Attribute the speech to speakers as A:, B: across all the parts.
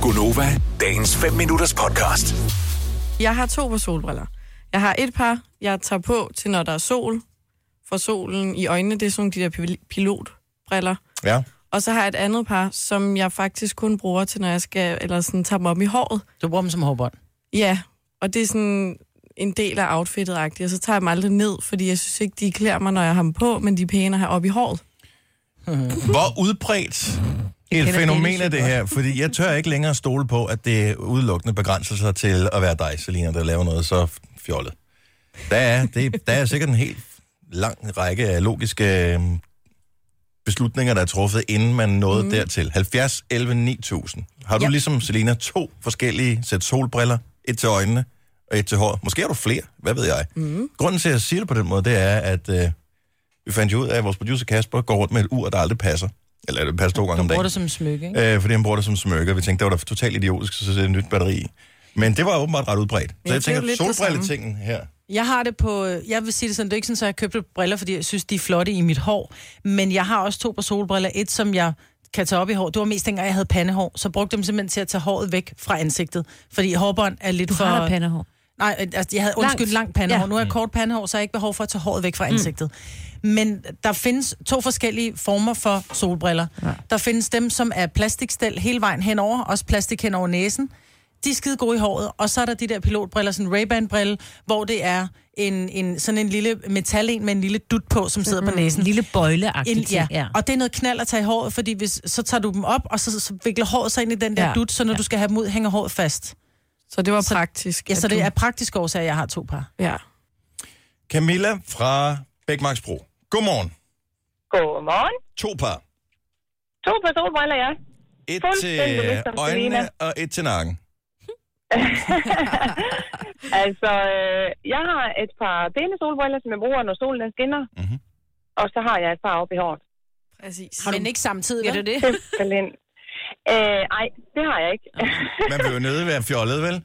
A: Gunova, dagens 5 minutters podcast.
B: Jeg har 2 par solbriller. Jeg har et par, jeg tager på til, når der er sol. For solen i øjnene, det er sådan de der pilotbriller.
C: Ja.
B: Og så har jeg et andet par, som jeg faktisk kun bruger til, når jeg skal eller sådan, tage dem op i håret.
D: Du bruger dem som hårbånd?
B: Ja, og det er sådan en del af outfittet-agtigt. Og så tager jeg dem aldrig ned, fordi jeg synes ikke, de klæder mig, når jeg har dem på, men de er pæne at have op i håret.
C: Hvor udbredt et fænomen er det her? Fordi jeg tør ikke længere stole på, at det udelukkende begrænser sig til at være dig, Selina, der laver noget så fjollet. Der er sikkert en helt lang række af logiske beslutninger, der er truffet, inden man nåede dertil. 70, 11, 9000. Har du ligesom Selina 2 forskellige sæt solbriller? Et til øjnene og et til håret. Måske har du flere, hvad ved jeg. Grunden til, at jeg siger det på den måde, det er, at vi fandt jo ud af, at vores producer Kasper går rundt med et ur, der aldrig passer. Eller det passer 2 gange om dagen.
D: Du bruger det som smykke, ikke?
C: Fordi han bruger det som smykke. Vi tænkte, det var da totalt idiotisk, så det er et nyt batteri i. Men det var åbenbart ret udbredt. Så jeg tænker, solbrilletingen her.
D: Jeg har det på, jeg vil sige det sådan, det er ikke sådan, at jeg købte briller, fordi jeg synes, de er flotte i mit hår. Men jeg har også 2 par solbriller. Et, som jeg kan tage op i hår. Det var mest dengang, jeg havde pandehår. Så brugte dem simpelthen til at tage håret væk fra ansigtet. Fordi hårbånd er lidt for...
E: Du har pandehår?
D: Nej, altså, jeg havde langt pandehår. Ja. Nu har jeg kort pandehår, så har jeg ikke behov for at tage håret væk fra ansigtet. Men der findes 2 forskellige former for solbriller. Ja. Der findes dem, som er plastikstel hele vejen henover, også plastik hen over næsen. De er skide gode i håret. Og så er der de der pilotbriller, sådan en Ray-Ban-brille, hvor det er sådan en lille metal med en lille dut på, som sidder på næsen.
E: En lille bøjleagtig.
D: Ja. Og det er noget knald at tage i håret, fordi så tager du dem op, og så vikler håret sig ind i den der dut, så når du skal have dem ud, hænger håret fast.
B: Så det var praktisk.
D: Ja, så det er praktisk årsag, at jeg har 2 par.
B: Ja.
C: Camilla fra Bækmarksbro. Godmorgen.
F: Godmorgen.
C: 2 par.
F: 2 par solbriller, ja.
C: Et til øjnene og et til nakken.
F: Altså, jeg har et par pæne solbriller, som jeg bruger, når solen skinner. Mm-hmm. Og så har jeg et par oppe i håret.
B: Præcis.
D: Men ikke samtidig,
E: er det det?
F: Ej, det har jeg ikke.
C: Man vil jo nødt være fjollet, vel?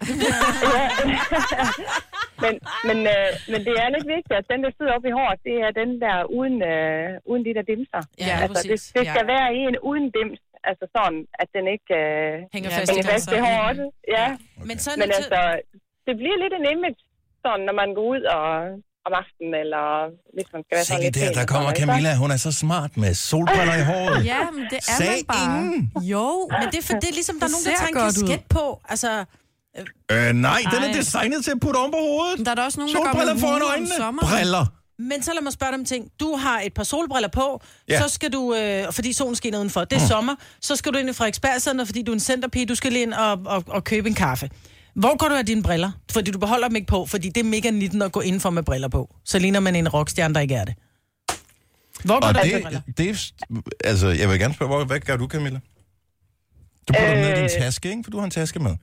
F: men det er lidt vigtigt, at den, der sidder oppe i håret, det er den der uden de der dimser.
D: Ja,
F: altså,
D: præcis.
F: Det skal være en uden dims. Altså sådan, at den ikke
D: hænger
F: fast i håret. Ja. Men altså, det bliver lidt en image, sådan, når man går ud om aftenen, eller hvis man skal være sådan lidt...
C: Der kommer Camilla, hun er så smart med solbriller i håret.
B: Ja, men det er man bare.
C: Ingen.
B: Jo.
D: Men det er ligesom, der er nogen, der tager en kasket på. Altså...
C: Nej, den er designet til at putte om på hovedet.
B: Der er der også nogen, der går med
C: foran øjnene. Briller.
D: Men så lad mig spørge dig om ting. Du har et par solbriller på, så skal du, fordi solen skinner udenfor, det er sommer, så skal du ind i Frederiksberg, fordi du er en centerpige, du skal ind og købe en kaffe. Hvor går du af dine briller? Fordi du beholder dem ikke på, fordi det er mega nitten at gå indenfor med briller på. Så ligner man en rockstjerne, der ikke er det. Hvor går du af dine briller?
C: Altså, jeg vil gerne spørge, hvad gør du, Camilla? Du putter dem ned i din taske, ikke? For du har en taske med.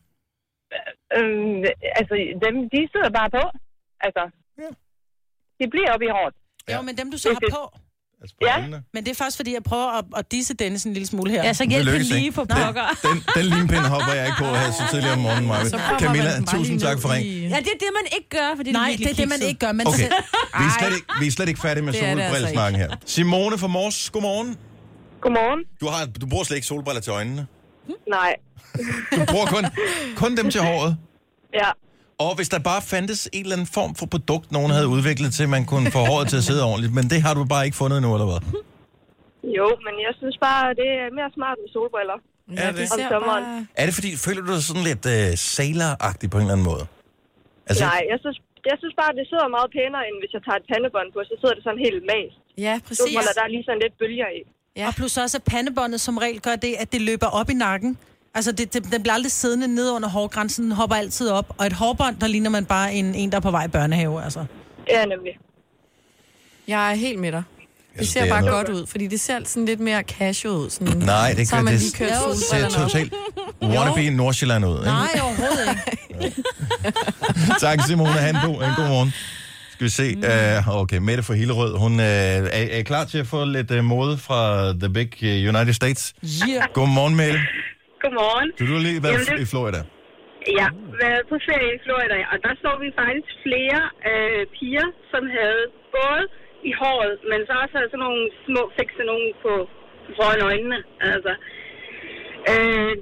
F: Altså, de sidder bare på. Altså... Ja. De bliver op i hårdt.
D: Ja. Jo, men dem du så har på...
C: Altså
D: men det er faktisk, fordi jeg prøver at disse Dennis en lille smule her.
E: Ja, så hjælp hende lige for pokker.
C: Den limpind hopper jeg ikke på her så tidligere om morgenen, Maja. Camilla, tusind tak for ring.
E: Ja, det er det, man ikke gør, fordi
D: nej, det er det, man ikke gør. Men
C: okay, vi er slet ikke færdige med solbrillesnakken her. Simone fra Mors, godmorgen.
F: Godmorgen.
C: Du bruger slet ikke solbriller til øjnene?
F: Nej.
C: Du bruger kun dem til håret?
F: Ja.
C: Og hvis der bare fandtes en eller anden form for produkt, nogen havde udviklet til, man kunne få håret til at sidde ordentligt, men det har du bare ikke fundet endnu, eller hvad?
F: Jo, men jeg synes bare, det er mere smart med solbriller.
C: Ja, det
F: om sommeren.
C: Er det fordi, føler du dig sådan lidt sailor-agtig på en eller anden måde?
F: Altså, nej, jeg synes bare, det sidder meget pænere, end hvis jeg tager et pandebånd på, så sidder det sådan helt mast.
B: Ja, præcis.
F: Så holder der lige sådan lidt bølger i.
D: Ja. Og plus også, at pandebåndet som regel gør det, at det løber op i nakken. Altså, den bliver aldrig siddende ned under hårgrænsen, den hopper altid op. Og et hårbånd, der ligner man bare en der er på vej i børnehave, altså.
F: Ja, nemlig.
B: Jeg er helt med dig. Det ser bare godt ud, fordi det ser sådan lidt mere casual ud. Sådan,
C: nej, det
B: gør det.
C: Ser totalt wannabe i Nordsjælland ud.
D: Nej, overhovedet ikke.
C: Tak, Simone. En god morgen. Skal vi se. Okay, Mette fra Hillerød. Hun er klar til at få lidt mode fra The Big United States.
D: Yeah.
C: Godmorgen, Mette.
F: Godmorgen.
C: Du har lige været i Florida.
F: Ja, været på ferie i Florida, og der så vi faktisk flere piger, som havde både i håret, men så også havde sådan nogle små fikse nogen på foran øjnene. Altså,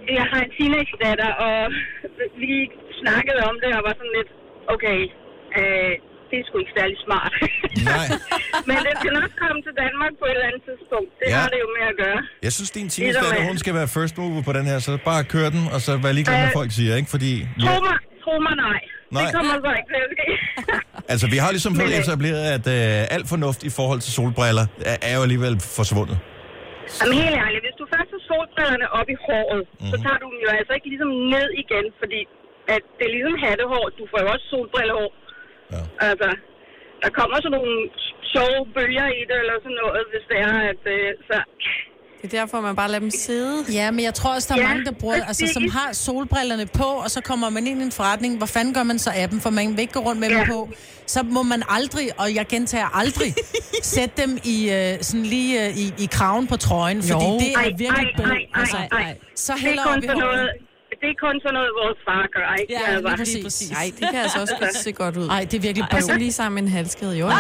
F: Jeg har en teenage-datter, og vi snakkede om det, og var sådan lidt, okay, det er sgu ikke særlig smart.
C: Nej.
F: Men det skal nok komme til Danmark på et eller andet tidspunkt. Det har det jo med at gøre.
C: Jeg synes, din teenage-datter, hun skal være first mover på den her, så bare kør den, og så vær ligeglad med, folk siger, ikke? Fordi...
F: Tro mig, nej. Det kommer så ikke til at ske.
C: Altså, vi har ligesom fået etableret, at alt fornuft i forhold til solbriller er jo alligevel forsvundet.
F: Jamen helt ærligt, hvis du først har solbrillerne op i håret, så tager du dem jo altså ikke ligesom ned igen, fordi at det er ligesom hattehår. Du får jo også solbrillehår. Ja. Altså, der kommer sådan nogle sjove bølger i det, eller sådan noget, hvis det er, at så...
B: Det er derfor, man bare lader dem sidde.
D: Ja, men jeg tror også, der er mange, der bruger, altså, som har solbrillerne på, og så kommer man ind i en forretning. Hvor fanden gør man så af dem? For man vil ikke gå rundt med dem på. Så må man aldrig, og jeg gentager aldrig, sætte dem i sådan lige i kraven på trøjen, fordi det er virkelig bød. Så hellere vi håret.
F: Det er kun sådan noget, vores far gør, ikke?
B: Ja, præcis. Nej, det kan altså også se godt ud.
D: Nej, det er virkelig
B: bøv. Og lige sammen med en halskæde i år.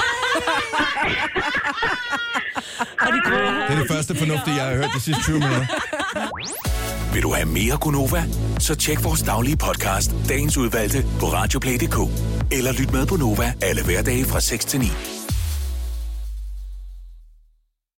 C: Det er det første fornuftige, jeg har hørt de sidste 20 minutter.
A: Vil du have mere Gunova? Så tjek vores daglige podcast, dagens udvalgte, på radioplay.dk. Eller lyt med på Nova alle hverdage fra 6 til 9.